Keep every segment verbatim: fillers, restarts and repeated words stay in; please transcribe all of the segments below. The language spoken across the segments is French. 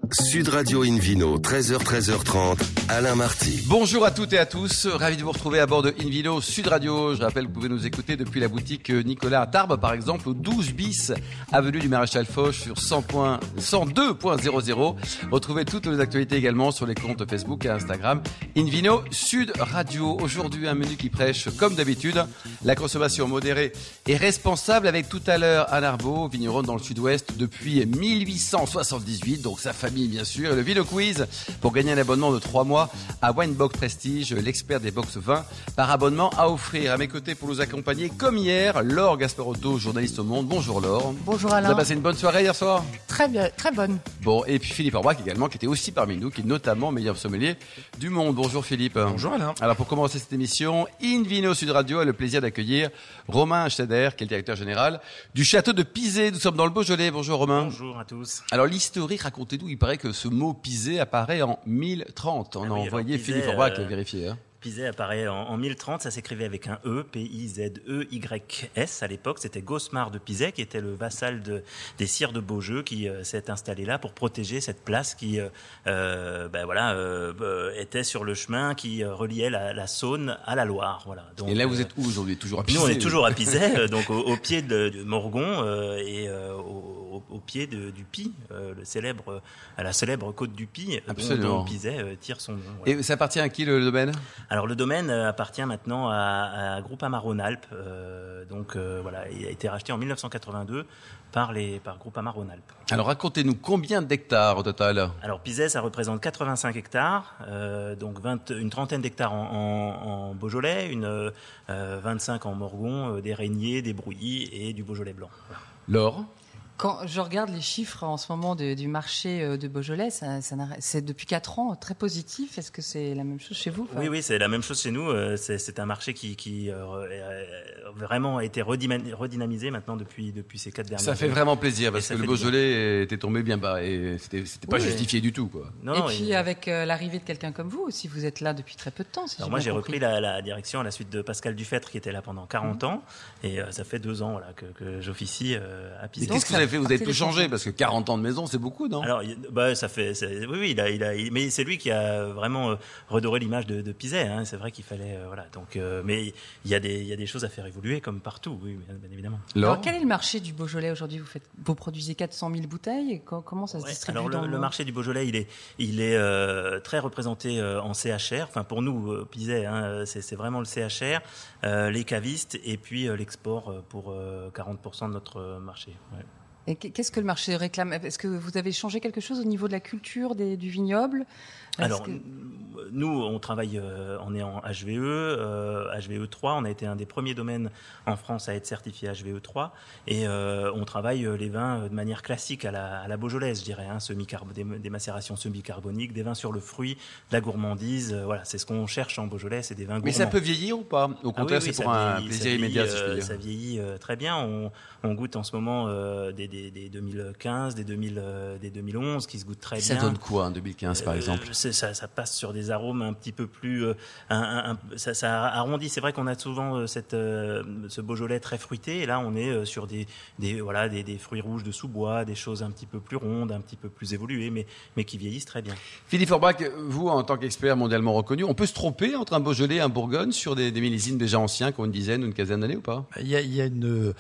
Sud Radio Invino, treize heures, treize heures trente, Alain Marty. Bonjour à toutes et à tous, ravi de vous retrouver à bord de Invino Sud Radio. Je rappelle que vous pouvez nous écouter depuis la boutique Nicolas à Tarbes, par exemple, au douze bis, avenue du Maréchal Foch, sur cent deux point zéro zéro. Retrouvez toutes nos actualités également sur les comptes Facebook et Instagram. Invino Sud Radio. Aujourd'hui, un menu qui prêche, comme d'habitude, la consommation modérée et responsable, avec tout à l'heure Anne Arbaud, vigneron dans le sud-ouest depuis mille huit cent soixante-dix-huit, donc sa famille bien sûr, et le Vino Quiz pour gagner un abonnement de trois mois à Winebox Prestige, l'expert des box vins par abonnement à offrir. À mes côtés pour nous accompagner, comme hier, Laure Gasparotto, journaliste au Monde. Bonjour Laure. Bonjour Alain. Vous avez passé une bonne soirée hier soir? Très bien, très bonne. Bon, et puis Philippe Orbach également, qui était aussi parmi nous, qui est notamment meilleur sommelier du monde. Bonjour Philippe. Bonjour Alain. Alors pour commencer cette émission, Invino Sud Radio a le plaisir d'accueillir Romain Schneider, qui est le directeur général du château de Pizet. Nous sommes dans le Beaujolais. Bonjour Romain. Bonjour à tous. Alors l'historique, racontez-nous, il paraît que ce mot Pizet apparaît en mille trente. On ah a oui, envoyé Pizet, Philippe Orbach euh, vérifier. Hein. Pizet apparaît en, en mille trente, ça s'écrivait avec un E, P I Z E Y S. À l'époque, c'était Gosmar de Pizet, qui était le vassal de, des sires de Beaujeu, qui euh, s'est installé là pour protéger cette place qui euh, euh, ben voilà, euh, euh, était sur le chemin qui euh, reliait la, la Saône à la Loire. Voilà. Donc, et là, vous euh, êtes où aujourd'hui? Toujours à Pizet? Nous, on est toujours à Pizet, euh, donc au, au pied de, de Morgon euh, et euh, au, au, au pied de, du Pi, euh, le célèbre, à la célèbre côte du Pi, dont, dont Pizet euh, tire son nom. Voilà. Et ça appartient à qui le, le domaine? Alors le domaine euh, appartient maintenant à, à Groupama Rhône-Alpes. Euh, donc euh, voilà, il a été racheté en mille neuf cent quatre-vingt-deux par les par Groupama Rhône-Alpes. Alors racontez-nous combien d'hectares au total? Alors Pizet, ça représente quatre-vingt-cinq hectares, euh, donc vingt, une trentaine d'hectares en, en, en Beaujolais, une euh, vingt-cinq en Morgon, euh, des Régniers, des Brouillis et du Beaujolais blanc. Voilà. Laure? Quand je regarde les chiffres en ce moment de, du marché de Beaujolais, ça, ça c'est depuis quatre ans très positif. Est-ce que c'est la même chose chez vous? Enfin... Oui, oui, c'est la même chose chez nous. C'est, c'est un marché qui, qui euh, vraiment a été redynamisé maintenant depuis, depuis ces quatre dernières années. Ça fait vraiment plaisir parce que le Beaujolais bien. était tombé bien bas et c'était, c'était pas oui, justifié du tout, quoi. Non, et non, puis et... avec euh, l'arrivée de quelqu'un comme vous aussi, vous êtes là depuis très peu de temps. Si Alors j'ai moi, j'ai compris. repris la, la direction à la suite de Pascal Dufêtre qui était là pendant quarante mmh. ans et euh, ça fait deux ans voilà, que, que j'officie euh, à Pizet. Qu'est-ce que vous avez fait? Vous avez tout changé? Parce que quarante ans de maison, c'est beaucoup, non? Alors, bah, ça fait, c'est, oui, oui, il a, il a, il, mais c'est lui qui a vraiment euh, redoré l'image de, de Pizet. Hein, c'est vrai qu'il fallait, euh, voilà. Donc, euh, mais il y a des, il y a des choses à faire évoluer comme partout, oui, bien, bien évidemment. Alors, quel est le marché du Beaujolais aujourd'hui? Vous faites, vous produisez quatre cent mille bouteilles. Et comment ça se ouais, distribue alors, dans le, le, le marché du Beaujolais, il est, il est euh, très représenté euh, en C H R. Enfin, pour nous, euh, Pizet, hein, c'est, c'est vraiment le C H R, euh, les cavistes et puis euh, l'export pour euh, quarante pour cent de notre marché. Ouais. Et qu'est-ce que le marché réclame? Est-ce que vous avez changé quelque chose au niveau de la culture des, du vignoble? Est-ce Alors, que... nous, on travaille, euh, on est en H V E, euh, H V E trois. On a été un des premiers domaines en France à être certifié H V E trois. Et euh, on travaille les vins de manière classique à la, à la beaujolaise, je dirais, hein, semi-carb- des, des macérations semi-carboniques, des vins sur le fruit, de la gourmandise. Euh, voilà, c'est ce qu'on cherche en Beaujolais, c'est des vins gourmands. Mais ça peut vieillir ou pas? Au contraire, ah oui, oui, c'est pour un vieillit, plaisir vieillit, immédiat, si je euh, peux dire. Ça vieillit euh, très bien. On, on goûte en ce moment euh, des, des, des deux mille quinze, des, deux mille, euh, des deux mille onze qui se goûtent très ça bien. Ça donne quoi en deux mille quinze, par exemple? euh, ça, ça passe sur des arômes un petit peu plus... Euh, un, un, un, ça, ça arrondit. C'est vrai qu'on a souvent euh, cette, euh, ce Beaujolais très fruité. Et là, on est euh, sur des, des, voilà, des, des fruits rouges de sous-bois, des choses un petit peu plus rondes, un petit peu plus évoluées, mais, mais qui vieillissent très bien. Philippe Orbach, vous, en tant qu'expert mondialement reconnu, on peut se tromper entre un Beaujolais et un Bourgogne sur des, des millésimes déjà anciens qui ont une dizaine ou une quinzaine d'années ou pas? Il y a, il y a une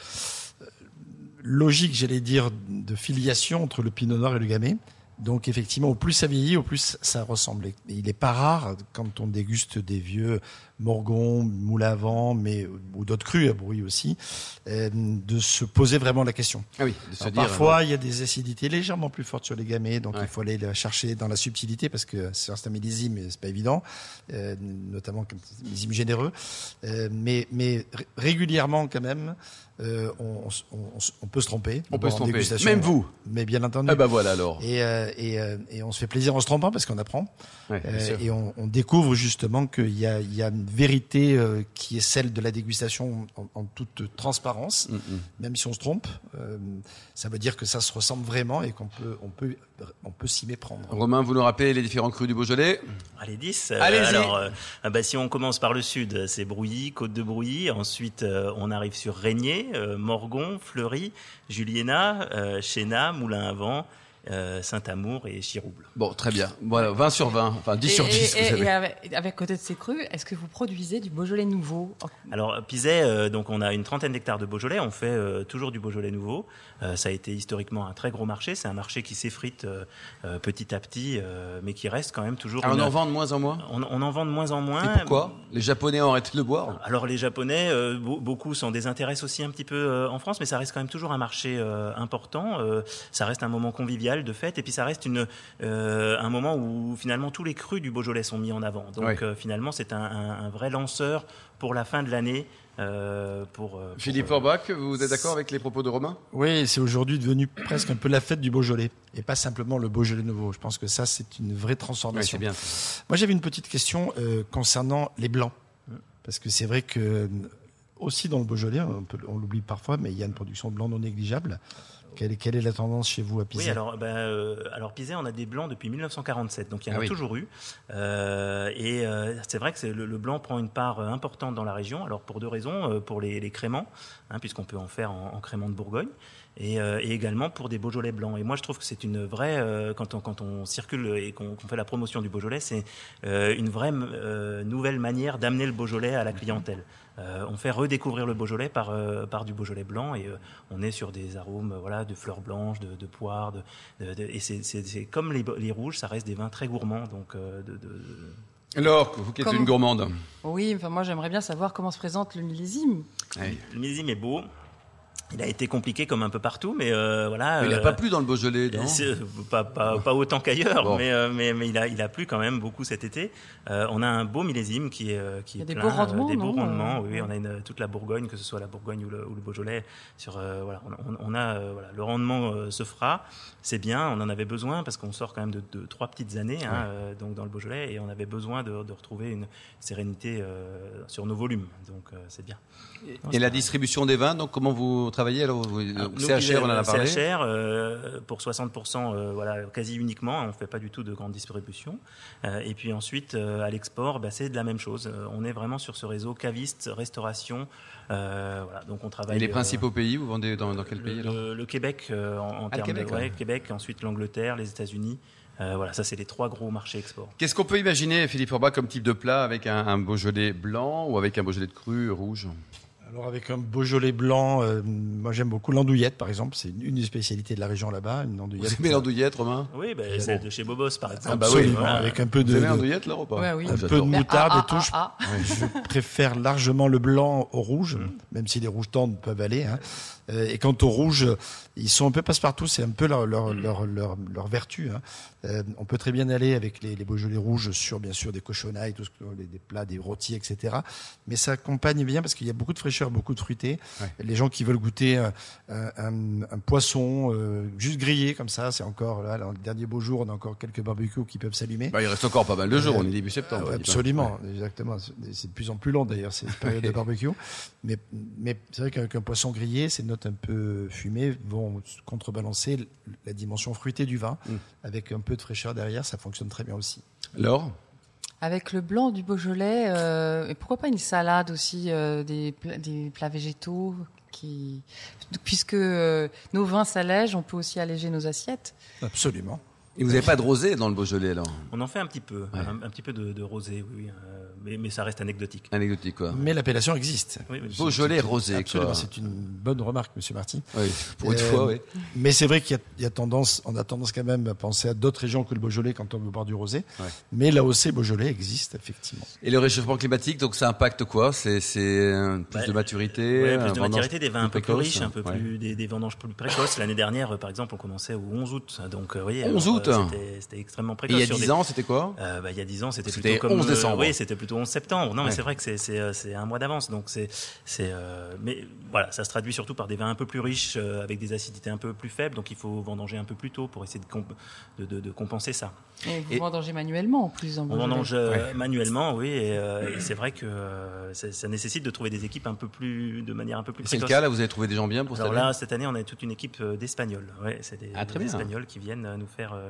logique, j'allais dire, de filiation entre le Pinot Noir et le Gamay. Donc effectivement, au plus ça vieillit, au plus ça ressemble. Et il n'est pas rare, quand on déguste des vieux Morgon, Moulin à Vent, mais ou d'autres crus à Brouilly aussi, euh, de se poser vraiment la question. Ah oui, de se Alors, dire, parfois, euh... il y a des acidités légèrement plus fortes sur les gamets, donc ouais. il faut aller la chercher dans la subtilité parce que c'est un millésime, mais c'est pas évident, euh, notamment comme millésime généreux. Euh, mais, mais r- régulièrement quand même. Euh, on, on, on peut se tromper. On peut se tromper. Dégustation, même vous. Mais bien entendu. Ah bah voilà alors. Et, euh, et, euh, et on se fait plaisir en se trompant parce qu'on apprend. Ouais, euh, et on, on découvre justement qu'il y a, il y a une vérité euh, qui est celle de la dégustation en, en toute transparence. Mm-hmm. Même si on se trompe, euh, ça veut dire que ça se ressemble vraiment et qu'on peut, on peut, on peut s'y méprendre. Romain, vous nous rappelez les différents crus du Beaujolais? Allez, dix. Allez-y. Alors, euh, bah, si on commence par le sud, c'est Brouilly, Côte de Brouilly. Ensuite, euh, on arrive sur Régnier, euh, Morgon, Fleury, Juliena, euh, Chéna, Moulin à Vent euh, Saint-Amour et Chirouble. Bon, très bien. Voilà, vingt sur vingt, enfin dix Et, sur dix, et, vous et, savez. et avec, avec côté de ces crus, est-ce que vous produisez du Beaujolais nouveau? Alors Pizet, euh, donc on a une trentaine d'hectares de Beaujolais, on fait euh, toujours du Beaujolais nouveau. Euh, ça a été historiquement un très gros marché, c'est un marché qui s'effrite euh, euh, petit à petit, euh, mais qui reste quand même toujours. Ah, on une... en vend de moins en moins. on, on en vend de moins en moins. Et pourquoi? Les Japonais ont arrêté de le boire. Alors les Japonais, euh, be- beaucoup s'en désintéressent aussi un petit peu euh, en France, mais ça reste quand même toujours un marché euh, important. Euh, ça reste un moment convivial de fête, et puis ça reste une, euh, un moment où finalement tous les crus du Beaujolais sont mis en avant. Donc Ouais. euh, finalement c'est un, un, un vrai lanceur pour la fin de l'année. Euh, pour, euh, pour, Philippe euh, Orbach, vous êtes d'accord avec les propos de Romain? Oui, c'est aujourd'hui devenu presque un peu la fête du Beaujolais et pas simplement le Beaujolais nouveau. Je pense que ça, c'est une vraie Oui, transformation. c'est bien. Moi, j'avais une petite question euh, concernant les blancs. Parce que c'est vrai que, euh, aussi dans le Beaujolais, on, peut- on l'oublie parfois, mais il y a une production de blanc non négligeable. Quelle, quelle est la tendance chez vous à Pizet? Oui, alors, ben, euh, alors Pizet, on a des blancs depuis mille neuf cent quarante-sept, donc il y en Ah a oui. toujours eu. Euh, et euh, c'est vrai que c'est, le, le blanc prend une part euh, importante dans la région. Alors pour deux raisons, euh, pour les, les créments, hein, puisqu'on peut en faire en, en crément de Bourgogne, et, euh, et également pour des Beaujolais blancs. Et moi, je trouve que c'est une vraie, euh, quand on quand on circule et qu'on, qu'on fait la promotion du Beaujolais, c'est euh, une vraie euh, nouvelle manière d'amener le Beaujolais à la clientèle. Euh, on fait redécouvrir le Beaujolais par, euh, par du Beaujolais blanc, et euh, on est sur des arômes euh, voilà, de fleurs blanches, de, de poires, de, de, de- et c'est, c'est, c'est comme les, les rouges, ça reste des vins très gourmands. Donc, euh, de, de, de- Alors, vous qui êtes Comme- une gourmande. Oui, enfin moi j'aimerais bien savoir comment se présente le millésime. Ouais. Le millésime est beau. Il a été compliqué comme un peu partout, mais euh, voilà. Il n'a euh, pas plu dans le Beaujolais, non? C'est- pas, pas, pas autant qu'ailleurs, Bon. mais, euh, mais, mais il, a, il a plu quand même beaucoup cet été. Euh, on a un beau millésime qui est, euh, qui Il y a est des plein, beaux rendements, euh, des beaux non rendements. Euh, Oui, ouais. on a une, toute la Bourgogne, que ce soit la Bourgogne ou le, ou le Beaujolais. Sur, euh, voilà, on, on a euh, voilà, le rendement euh, se fera, c'est bien. On en avait besoin parce qu'on sort quand même de, de trois petites années, hein, Ouais. euh, donc dans le Beaujolais, et on avait besoin de, de retrouver une sérénité euh, sur nos volumes. Donc euh, c'est bien. Et la distribution des vins, donc comment vous travaillez? Alors, vous, Alors, nous, C H R, on en a parlé. C H R, euh, pour soixante pour cent, euh, voilà, quasi uniquement, on ne fait pas du tout de grande distribution. Euh, et puis ensuite, euh, à l'export, bah, c'est de la même chose. Euh, on est vraiment sur ce réseau caviste, restauration. Euh, voilà, donc on travaille. Et les euh, principaux pays, vous vendez dans, dans quel le, pays alors? le, le Québec, euh, en, en Ah, le termes Québec, de ouais, ouais. Québec, ensuite l'Angleterre, les États-Unis. Euh, voilà, ça c'est les trois gros marchés export. Qu'est-ce qu'on peut imaginer, Philippe Orbach, comme type de plat avec un, un Beaujolais blanc ou avec un Beaujolais de cru rouge? Alors avec un Beaujolais blanc, euh, moi j'aime beaucoup l'andouillette par exemple, c'est une, une des spécialités de la région là-bas, une Vous andouillette. aimez l'andouillette, Romain? Oui, bah, c'est de chez Bobos par exemple. Ah bah oui, Absolument, voilà. avec un peu Vous de, aimez de- l'andouillette, là, ou pas? Ouais, oui. Ah, un peu de j'adore. Mais moutarde ah, et tout. ah, ah, Je préfère largement le blanc au rouge, même si les rouges tendres peuvent aller. Hein. Euh, Et quant aux rouges, ils sont un peu passe-partout, c'est un peu leur, leur, leur, leur, leur vertu. Hein. Euh, on peut très bien aller avec les, les Beaujolais rouges sur, bien sûr, des cochonailles, tout ce que, les, des plats, des rôtis, et cetera. Mais ça accompagne bien parce qu'il y a beaucoup de fraîcheur, beaucoup de fruité. Ouais. Les gens qui veulent goûter un, un, un, un poisson euh, juste grillé comme ça, c'est encore là, dans le dernier beau jour, on a encore quelques barbecues qui peuvent s'allumer. Bah, il reste encore pas mal de jours, Euh, on est début septembre. Ah ouais, Philippe. absolument, exactement. C'est c'est de plus en plus long d'ailleurs, ces périodes de barbecue. Mais, mais c'est vrai qu'avec un poisson grillé, ces notes un peu fumées vont contrebalancer l- la dimension fruitée du vin. Mm. Avec un peu de fraîcheur derrière, ça fonctionne très bien aussi. Laure? Avec le blanc du Beaujolais, euh, et pourquoi pas une salade aussi, euh, des, pla- des plats végétaux qui, puisque euh, nos vins s'allègent, on peut aussi alléger nos assiettes. Absolument. Et vous n'avez pas de rosé dans le Beaujolais, alors? On en fait un petit peu, Ouais. un, un petit peu de, de rosé, oui, oui, euh, mais, mais ça reste anecdotique. Anecdotique, quoi. Mais l'appellation existe. Oui, oui. Beaujolais rosé, Absolument, quoi. c'est une bonne remarque, Monsieur Marty. Oui, pour une Euh, fois, oui. Mais c'est vrai qu'il y a, il y a tendance, on a tendance quand même à penser à d'autres régions que le Beaujolais quand on veut boire du rosé. Ouais. Mais l'A O C Beaujolais existe effectivement. Et le réchauffement climatique, donc ça impacte quoi? C'est c'est euh, plus Ouais, de maturité, Ouais, un plus de vendange maturité, des vins un peu plus précoce, riches, un peu ouais. plus des, des vendanges plus précoces. L'année dernière, euh, par exemple, on commençait au onze août, donc euh, vous voyez, onze alors, août. euh, c'était- c'était extrêmement Et précoce. il y a sur dix des- ans, c'était quoi? Euh, bah, il y a dix ans, c'était C'était plutôt comme onze décembre. oui, c'était plutôt onze septembre. Non, mais Ouais. c'est vrai que c'est c'est euh, c'est un mois d'avance, donc c'est c'est euh, mais voilà, ça se traduit surtout par des vins un peu plus riches euh, avec des acidités un peu plus faibles, donc il faut vendanger un peu plus tôt pour essayer de comp- de, de, de compenser ça. Et vous Et- vendangez manuellement en plus en On Beaujolais. vendange euh, Ouais. manuellement, oui, et, euh, et c'est vrai que euh, ça, ça nécessite de trouver des équipes un peu plus de manière un peu plus C'est le précoce. cas, là, vous avez trouvé des gens bien pour cette Alors année? là, cette année, on a toute une équipe euh, d'Espagnols. Ouais, c'est des, Ah, très des bien. Espagnols qui viennent euh, nous faire euh,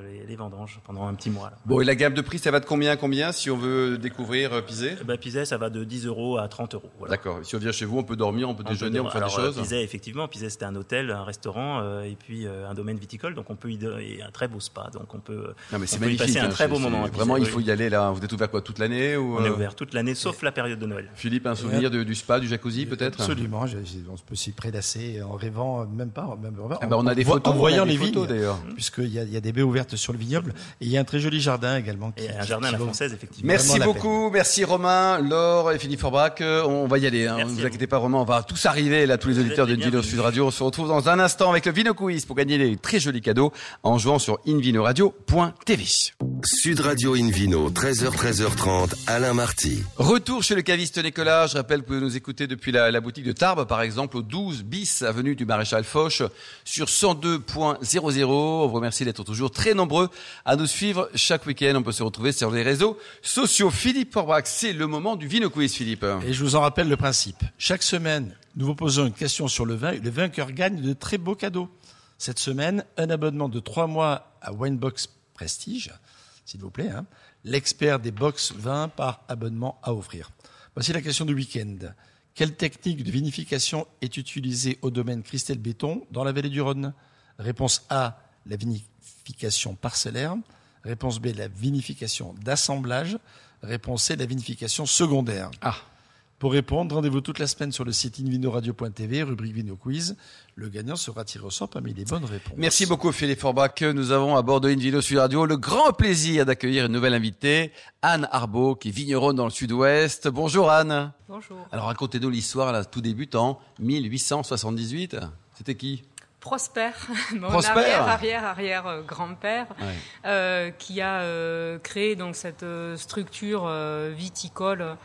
les, les vendanges pendant un petit mois. Là. Bon, et la gamme de prix, ça va de combien à combien si on veut découvrir euh, Pizet? Eh ben, Pizet, ça va de dix euros à trente euros. Voilà. D'accord. Si on vient chez vous, on peut dormir, on peut On déjeuner, peut- on peut faire alors, des choses. euh, Pizet, effectivement, Pizet, c'était un hôtel, un restaurant euh, et puis euh, un domaine viticole, donc on peut y de- et un très beau spa, donc on peut. Non, mais c'est on peut y magnifique. passer un hein, très c'est- beau c'est- moment. à Pizet, Vraiment, il oui. faut y aller là. Vous êtes ouvert quoi toute l'année ou On est euh, ouvert toute l'année, sauf la période de Noël. Philippe, un souvenir de- du spa, du jacuzzi peut-être? Absolument, j'ai- j'ai- on peut s'y prélasser en rêvant, même pas. Même, Ah bah, on a des voit- photos, en on a voyant des les photos, vignes, d'ailleurs. puisqu'il y a, il y a des baies ouvertes sur le vignoble et il y a un très joli jardin également. Qui, Et un qui- jardin à qui la vaut- française, effectivement. Merci Vraiment la beaucoup, merci Romain, Laure et Philippe Forbach. Euh, On va y aller, hein. Merci Ne vous à inquiétez pas, Romain, on va tous arriver là, tous les Vous auditeurs êtes de les Invino bienvenus. Sud Radio. On se retrouve dans un instant avec le Vino Quiz pour gagner les très jolis cadeaux en jouant sur invinoradio point t v. Sud Radio Invino, treize heures, treize heures trente, Alain Marty. Retour chez le caviste Nicolas. Je rappelle que vous pouvez nous écouter depuis la, la boutique de Tarbes, par exemple, au douze bis avenue du Maréchal Foch, sur cent deux point zéro zéro. On vous remercie d'être toujours très nombreux à nous suivre chaque week-end. On peut se retrouver sur les réseaux sociaux. Philippe Forbach, c'est le moment du Vino Quiz, Philippe. Et je vous en rappelle le principe. Chaque semaine, nous vous posons une question sur le vin et le vainqueur gagne de très beaux cadeaux. Cette semaine, un abonnement de trois mois à Winebox Prestige, s'il vous plaît, hein, l'expert des box vins par abonnement à offrir. Voici la question du week-end. Quelle technique de vinification est utilisée au domaine Christelle Béton dans la vallée du Rhône? Réponse A, la vinification parcellaire. Réponse B, la vinification d'assemblage. Réponse C, la vinification secondaire. Ah. Pour répondre, rendez-vous toute la semaine sur le site invinoradio point t v, rubrique Vino Quiz. Le gagnant sera tiré au sort parmi les bonnes réponses. Merci beaucoup Philippe Forbach. Nous avons à bord de Invino Sud Radio le grand plaisir d'accueillir une nouvelle invitée, Anne Arbeau, qui est vigneronne dans le sud-ouest. Bonjour Anne. Bonjour. Alors racontez-nous l'histoire, là, tout débute en mille huit cent soixante-dix-huit. C'était qui? Prosper, mon Prosper. arrière, arrière, arrière euh, grand-père, Ouais. euh, qui a euh, créé donc cette euh, structure euh, viticole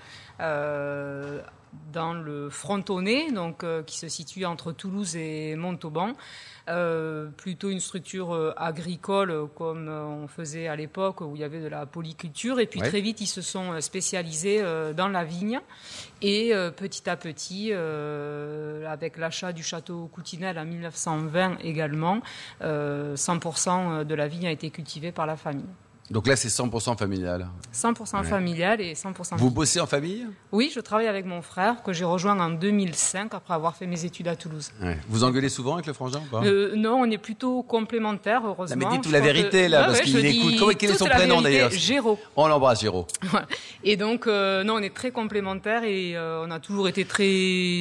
euh, dans le Frontonnet, donc euh, qui se situe entre Toulouse et Montauban. Euh, plutôt une structure euh, agricole euh, comme euh, on faisait à l'époque où il y avait de la polyculture, et puis Ouais. très vite ils se sont euh, spécialisés euh, dans la vigne, et euh, petit à petit euh, avec l'achat du château Coutinel en mille neuf cent vingt également, euh, cent pour cent de la vigne a été cultivée par la famille. Donc là, c'est cent pour cent familial. cent pour cent Ouais. familial et cent pour cent Vous vigne. bossez en famille? Oui, je travaille avec mon frère que j'ai rejoint en deux mille cinq après avoir fait mes études à Toulouse. Ouais. Vous engueulez souvent avec le frangin ou pas? Euh, non, on est plutôt complémentaires, heureusement. Non, mais dites-tout Je la crois vérité, que- là, Ouais, parce ouais, qu'il je écoute. dis Comment- quel est son toute la prénom, vérité. d'ailleurs Géraud. On l'embrasse, Géraud. Voilà. Et donc, euh, non, on est très complémentaires et euh, on a toujours été très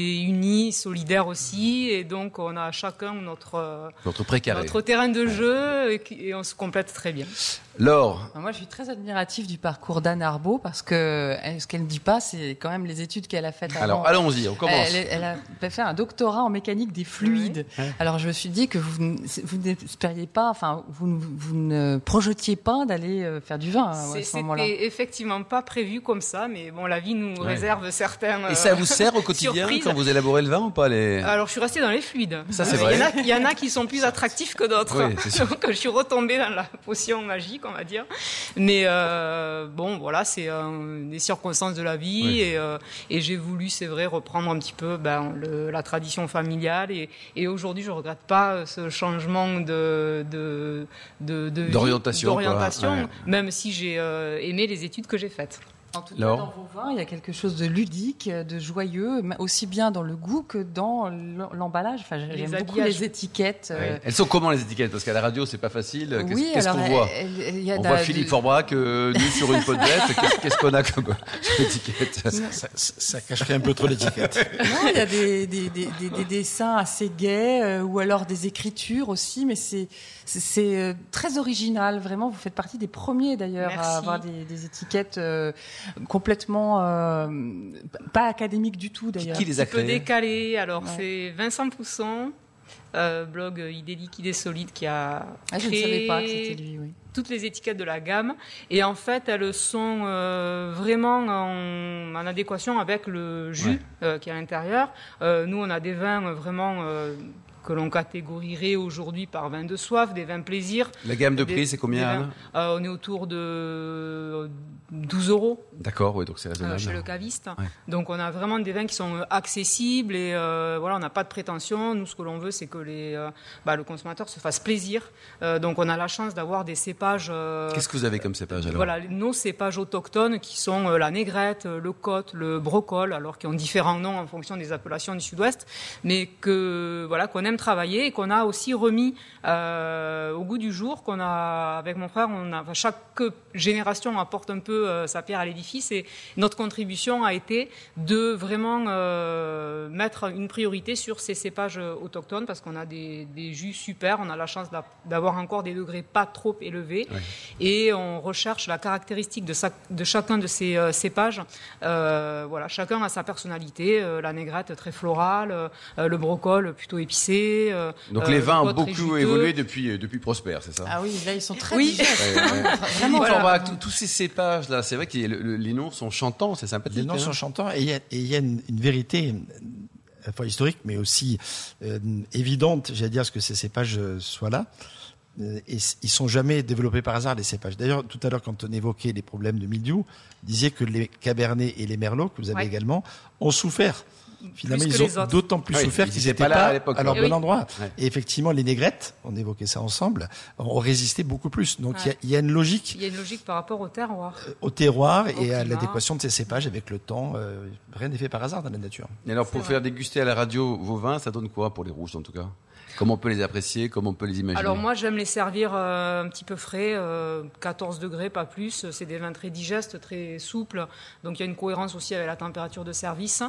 unis, solidaires aussi. Et donc, on a chacun notre, euh, Votre précaré. notre terrain de jeu et, qui- et on se complète très bien. Laure, Moi, je suis très admirative du parcours d'Anne Arbeau parce que elle- ce qu'elle ne dit pas, c'est quand même les études qu'elle a faites avant. alors allons-y, on commence. Elle, elle a fait un doctorat en mécanique des fluides. Alors, je me suis dit que vous, n- vous n'espériez pas, enfin, vous, ne- vous ne projetiez pas d'aller euh, faire du vin hein, à C'est- ce moment-là. C'était effectivement pas prévu comme ça, mais bon, la vie nous Ouais. réserve certains. Et ça euh, vous sert au quotidien surprises. quand vous élaborez le vin ou pas les... Alors, je suis restée dans les fluides. Ça, c'est Il y vrai. en a- Il y, en a qui sont plus attractifs que d'autres. Oui, c'est sûr. Donc, je suis retombée dans la potion magique, on va dire. Mais euh, bon, voilà, c'est euh, des circonstances de la vie. Oui. Et, euh, et j'ai voulu, c'est vrai, reprendre un petit peu ben, le- la tradition familiale. Et, et aujourd'hui, je regrette pas ce changement de, de, de, de vie, D'orientation, quoi. d'orientation, Ouais. même si j'ai euh, aimé les études que j'ai faites. En tout cas, Laure. dans vos vins, il y a quelque chose de ludique, de joyeux, mais aussi bien dans le goût que dans l'emballage. Enfin, Les j'aime beaucoup habillages. les étiquettes. euh, Ouais. Elles sont comment les étiquettes? Parce qu'à la radio, c'est pas facile. Qu'est-ce oui, qu'est-ce alors qu'on voit? elle- elle- il y a On de- voit de- Philippe Forbach euh, nu sur une peau de bête. Qu'est-ce qu'est-ce qu'on a comme, comme étiquette? Ça, ça- ça cacherait un peu trop l'étiquette. Non, il y a des, des, des, des- des dessins assez gais euh, ou alors des écritures aussi, mais c'est c'est- c'est euh, très original. Vraiment, vous faites partie des premiers d'ailleurs Merci. à avoir des, des étiquettes euh, complètement euh, pas académiques du tout d'ailleurs. Qui les a Un peu créés? décalé. Alors, Ouais. c'est Vincent Pousson, euh, blog Idée liquide et solide, qui a Ah, je ne créé savais pas que c'était lui. Oui. toutes les étiquettes de la gamme. Et en fait, elles sont euh, vraiment en, en adéquation avec le jus Ouais. euh, qui est à l'intérieur. Euh, nous, on a des vins euh, vraiment euh, que l'on catégorierait aujourd'hui par vins de soif, des vins plaisir. La gamme de Des- prix, c'est des combien, vins- Anne? Euh, On est autour de douze euros. D'accord, oui, donc c'est raisonnable. Euh, chez le caviste. Ouais. Donc on a vraiment des vins qui sont accessibles et euh, voilà, on n'a pas de prétention. Nous, ce que l'on veut, c'est que les, euh, bah, le consommateur se fasse plaisir. Euh, donc on a la chance d'avoir des cépages. Euh, Qu'est-ce que vous avez comme cépage alors? Voilà, nos cépages autochtones qui sont euh, la négrette, le côte, le brocol, alors qui ont différents noms en fonction des appellations du Sud-Ouest, mais que voilà qu'on aime travailler et qu'on a aussi remis euh, au goût du jour. Qu'on a avec mon frère, on a enfin, chaque génération apporte un peu euh, sa pierre à l'édifice et notre contribution a été de vraiment euh, mettre une priorité sur ces cépages autochtones parce qu'on a des, des jus super, on a la chance d'avoir encore des degrés pas trop élevés ouais. et on recherche la caractéristique de, sa, de chacun de ces euh, cépages. Euh, voilà, chacun a sa personnalité, euh, la négrette très florale, euh, le brocol plutôt épicé. Euh, Donc les vins ont beaucoup évolué depuis, depuis Prosper, c'est ça? Ah oui, là ils sont très oui. digestes. Ouais, ouais. Vraiment, voilà. voilà. Tous ces cépages là, c'est vrai que le, le, les noms sont chantants, c'est sympathique. Les noms hein. sont chantants et il y, y a une, une vérité, à la fois historique, mais aussi euh, évidente, j'allais dire, ce que ces cépages soient là. Euh, et ils sont jamais développés par hasard, les cépages. D'ailleurs, tout à l'heure, quand on évoquait les problèmes de mildiou, vous disiez que les cabernets et les merlots, que vous avez ouais. également, ont souffert. Finalement, ils ont d'autant plus oui, souffert qu'ils n'étaient pas, pas à, à leur bon oui. endroit. Ouais. Et effectivement, les négrettes, on évoquait ça ensemble, ont résisté beaucoup plus. Donc, il ouais. y, y a une logique. Il y a une logique par rapport au terroir. Euh, au terroir au et climat. À l'adéquation de ces cépages avec le temps. Euh, rien n'est fait par hasard dans la nature. Et alors, pour faire déguster à la radio vos vins, ça donne quoi pour les rouges, en tout cas? Comment on peut les apprécier? Comment on peut les imaginer? Alors moi, j'aime les servir euh, un petit peu frais, euh, quatorze degrés, pas plus. C'est des vins très digestes, très souples. Donc il y a une cohérence aussi avec la température de service.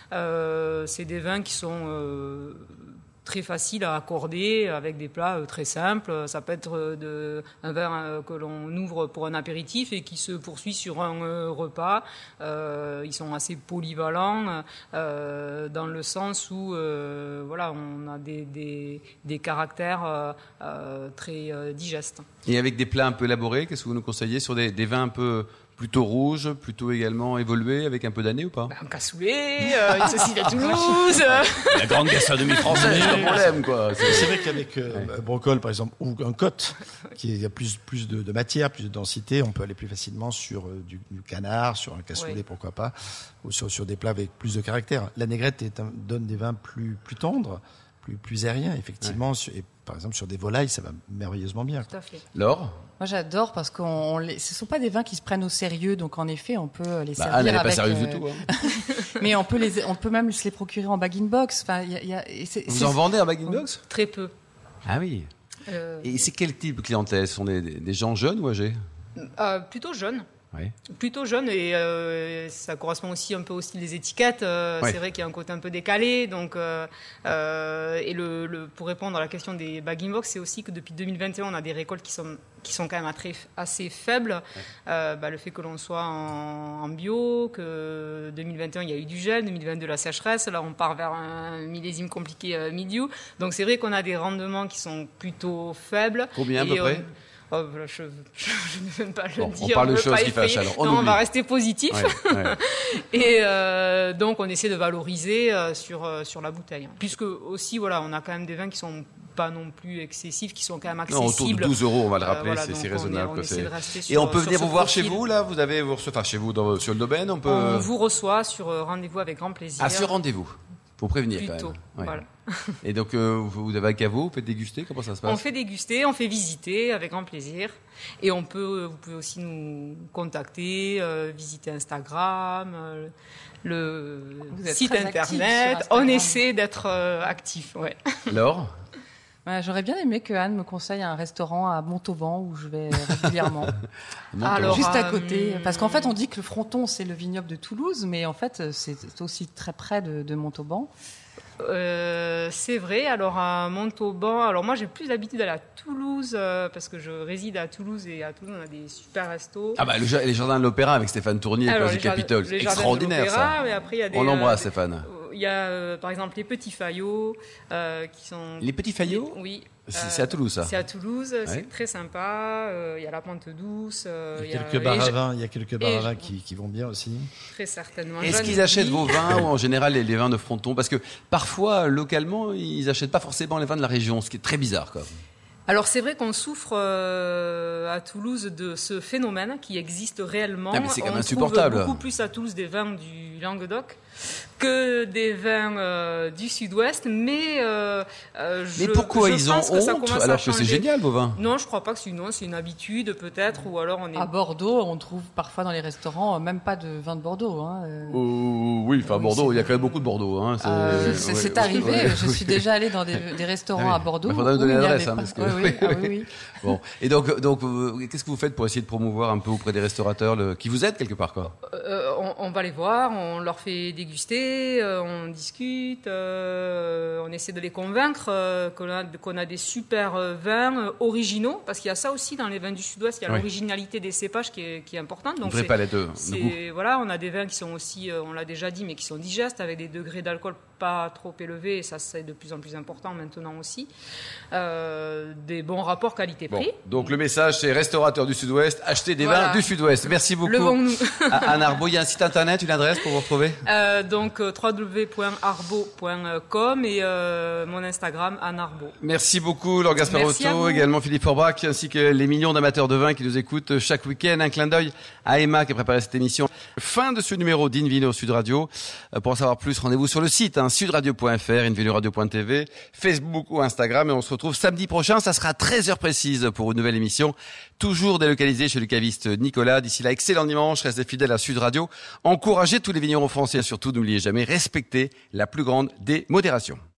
Euh, c'est des vins qui sont euh, très faciles à accorder avec des plats euh, très simples. Ça peut être de, un vin euh, que l'on ouvre pour un apéritif et qui se poursuit sur un euh, repas. Euh, ils sont assez polyvalents euh, dans le sens où euh, voilà, on a des, des, des caractères euh, euh, très euh, digestes. Et avec des plats un peu élaborés, qu'est-ce que vous nous conseillez sur des, des vins un peu plutôt rouges, plutôt également évolués, avec un peu d'années ou pas? Ben, un cassoulet, euh, une saucisse à Toulouse. La grande gastronomie française, c'est un problème, quoi. C'est, c'est vrai qu'avec euh, ouais. brocol, par exemple, ou un côte, qui a plus, plus de, de matière, plus de densité, on peut aller plus facilement sur euh, du, du canard, sur un cassoulet, ouais. pourquoi pas, ou sur, sur des plats avec plus de caractère. La négrette est un, donne des vins plus, plus tendres, plus, plus aériens, effectivement, ouais. sur, et par exemple, sur des volailles, ça va merveilleusement bien. Tout à fait. Laure? Moi, j'adore parce que les... ce ne sont pas des vins qui se prennent au sérieux, donc en effet, on peut les bah, servir Anne, elle n'est avec... pas sérieuse euh... du tout. Hein. Mais on peut, les... on peut même se les procurer en bag-in-box. Enfin, y a, y a... c'est, Vous c'est... en vendez en bag-in-box? Très peu. Ah oui. Euh... Et c'est quel type de clientèle? Ce sont des, des gens jeunes ou âgés? euh, Plutôt jeunes. Oui. Plutôt jeune et euh, ça correspond aussi un peu au style des étiquettes. Euh, oui. C'est vrai qu'il y a un côté un peu décalé. Donc, euh, euh, et le, le, pour répondre à la question des bag-in-box, c'est aussi que depuis deux mille vingt et un, on a des récoltes qui sont, qui sont quand même assez, assez faibles. Oui. Euh, bah, le fait que l'on soit en, en bio, que deux mille vingt et un, il y a eu du gel, deux mille vingt-deux, la sécheresse. Là, on part vers un millésime compliqué euh, mildiou. Donc, c'est vrai qu'on a des rendements qui sont plutôt faibles. Combien à peu près? Oh, je, je, je ne veux pas le bon, dire. On parle de choses qui fâchent alors. On, non, on va rester positif. Ouais, ouais. Et euh, donc, on essaie de valoriser euh, sur, euh, sur la bouteille. Puisque aussi, voilà, on a quand même des vins qui sont pas non plus excessifs, qui sont quand même accessibles. Non, autour de douze euros, on va le rappeler, euh, voilà, c'est, c'est raisonnable. On est, on c'est... Sur, et on peut venir vous voir chez vous, là? Vous avez, vous recevez, enfin, chez vous, dans, sur le domaine, on peut. On vous reçoit sur euh, rendez-vous avec grand plaisir. Ah, sur rendez-vous. Faut prévenir Plutôt, quand même. Ouais. Voilà. Et donc, euh, vous avez un caveau, vous faites déguster, comment ça se passe? On fait déguster, on fait visiter avec grand plaisir. Et on peut, vous pouvez aussi nous contacter, euh, visiter Instagram, euh, le site internet. On essaie d'être euh, actif, ouais. Laure? Ouais, j'aurais bien aimé que Anne me conseille un restaurant à Montauban où je vais régulièrement. Alors, juste à côté. Euh, Parce qu'en fait, on dit que le Fronton, c'est le vignoble de Toulouse, mais en fait, c'est aussi très près de, de Montauban. Euh, c'est vrai. Alors à Montauban, alors moi j'ai plus l'habitude d'aller à Toulouse euh, parce que je réside à Toulouse et à Toulouse on a des super restos. Ah bah le, les jardins de l'Opéra avec Stéphane Tournier, place du Capitole, c'est extraordinaire ça. Mais après, il y a des, on l'embrasse euh, Stéphane. Il y a euh, par exemple les Petits Fayots euh, qui sont. Les Petits Fayots? Oui. C'est, c'est à Toulouse, ça. C'est à Toulouse, ouais. C'est très sympa. Il euh, y a la Pente Douce. Euh, il y a quelques bars à vin, il y a quelques bars à vin qui, qui vont bien aussi. Très certainement. Est-ce qu'ils achètent vos vins ou en général les, les vins de Fronton? Parce que parfois, localement, ils n'achètent pas forcément les vins de la région, ce qui est très bizarre, quoi. Alors c'est vrai qu'on souffre euh, à Toulouse de ce phénomène qui existe réellement. Ah, mais c'est quand même on insupportable. trouve beaucoup plus à Toulouse des vins du Languedoc que des vins euh, du Sud-Ouest, mais euh, euh, je, Mais pourquoi je ils ont pense que ça honte commence à alors que c'est changer. génial vos vins? Non, je crois pas que c'est une honte, c'est une habitude peut-être, ou alors on est. À Bordeaux, on trouve parfois dans les restaurants euh, même pas de vin de Bordeaux. Hein. euh. Oh, oui, enfin Oui, Bordeaux, c'est- il y a quand même beaucoup de Bordeaux. Hein. C'est, Euh, c'est ouais, c'est ouais, arrivé. ouais, je ouais. suis déjà allée dans des, des restaurants Ah oui. à Bordeaux. Il faudra nous où donner il y l'adresse, avait hein, pas- parce que- Oui, oui, ah oui, oui. Bon, et donc, donc, euh, qu'est-ce que vous faites pour essayer de promouvoir un peu auprès des restaurateurs le... qui vous aident quelque part, quoi? Euh, on, on va les voir, on leur fait déguster, euh, on discute, euh, on essaie de les convaincre euh, qu'on a, qu'on a des super euh, vins euh, originaux, parce qu'il y a ça aussi dans les vins du Sud-Ouest, il y a Oui. l'originalité des cépages qui est, qui est importante. Une Donc vraie c'est- palette de, de goût. c'est- voilà, on a des vins qui sont aussi, euh, on l'a déjà dit, mais qui sont digestes avec des degrés d'alcool pas trop élevés, et ça c'est de plus en plus important maintenant aussi. Euh, des bons rapports Bon, qualité-prix. donc le message c'est restaurateurs du Sud-Ouest, achetez des Voilà. vins du Sud-Ouest. Merci beaucoup. Levons-nous. À Anne Arbaud, il y a un site internet, une adresse pour vous retrouver? Euh, donc euh, w w w point arbo point com et euh, mon Instagram Anne Arbaud. Merci beaucoup, Laure Merci à Gasparotto, vous. également Philippe Forbach, ainsi que les millions d'amateurs de vin qui nous écoutent chaque week-end. Un clin d'œil à Emma qui a préparé cette émission. Fin de ce numéro d'Invino Sud Radio. Euh, Pour en savoir plus, rendez-vous sur le site hein, sudradio point f r, invinoradio point t v, Facebook ou Instagram. Et on se retrouve samedi prochain. Ça sera à treize heures précise pour une nouvelle émission. Toujours délocalisée chez le caviste Nicolas. D'ici là, excellent dimanche. Restez fidèles à Sud Radio. Encouragez tous les vignerons français. Surtout, n'oubliez jamais, respectez la plus grande des modérations.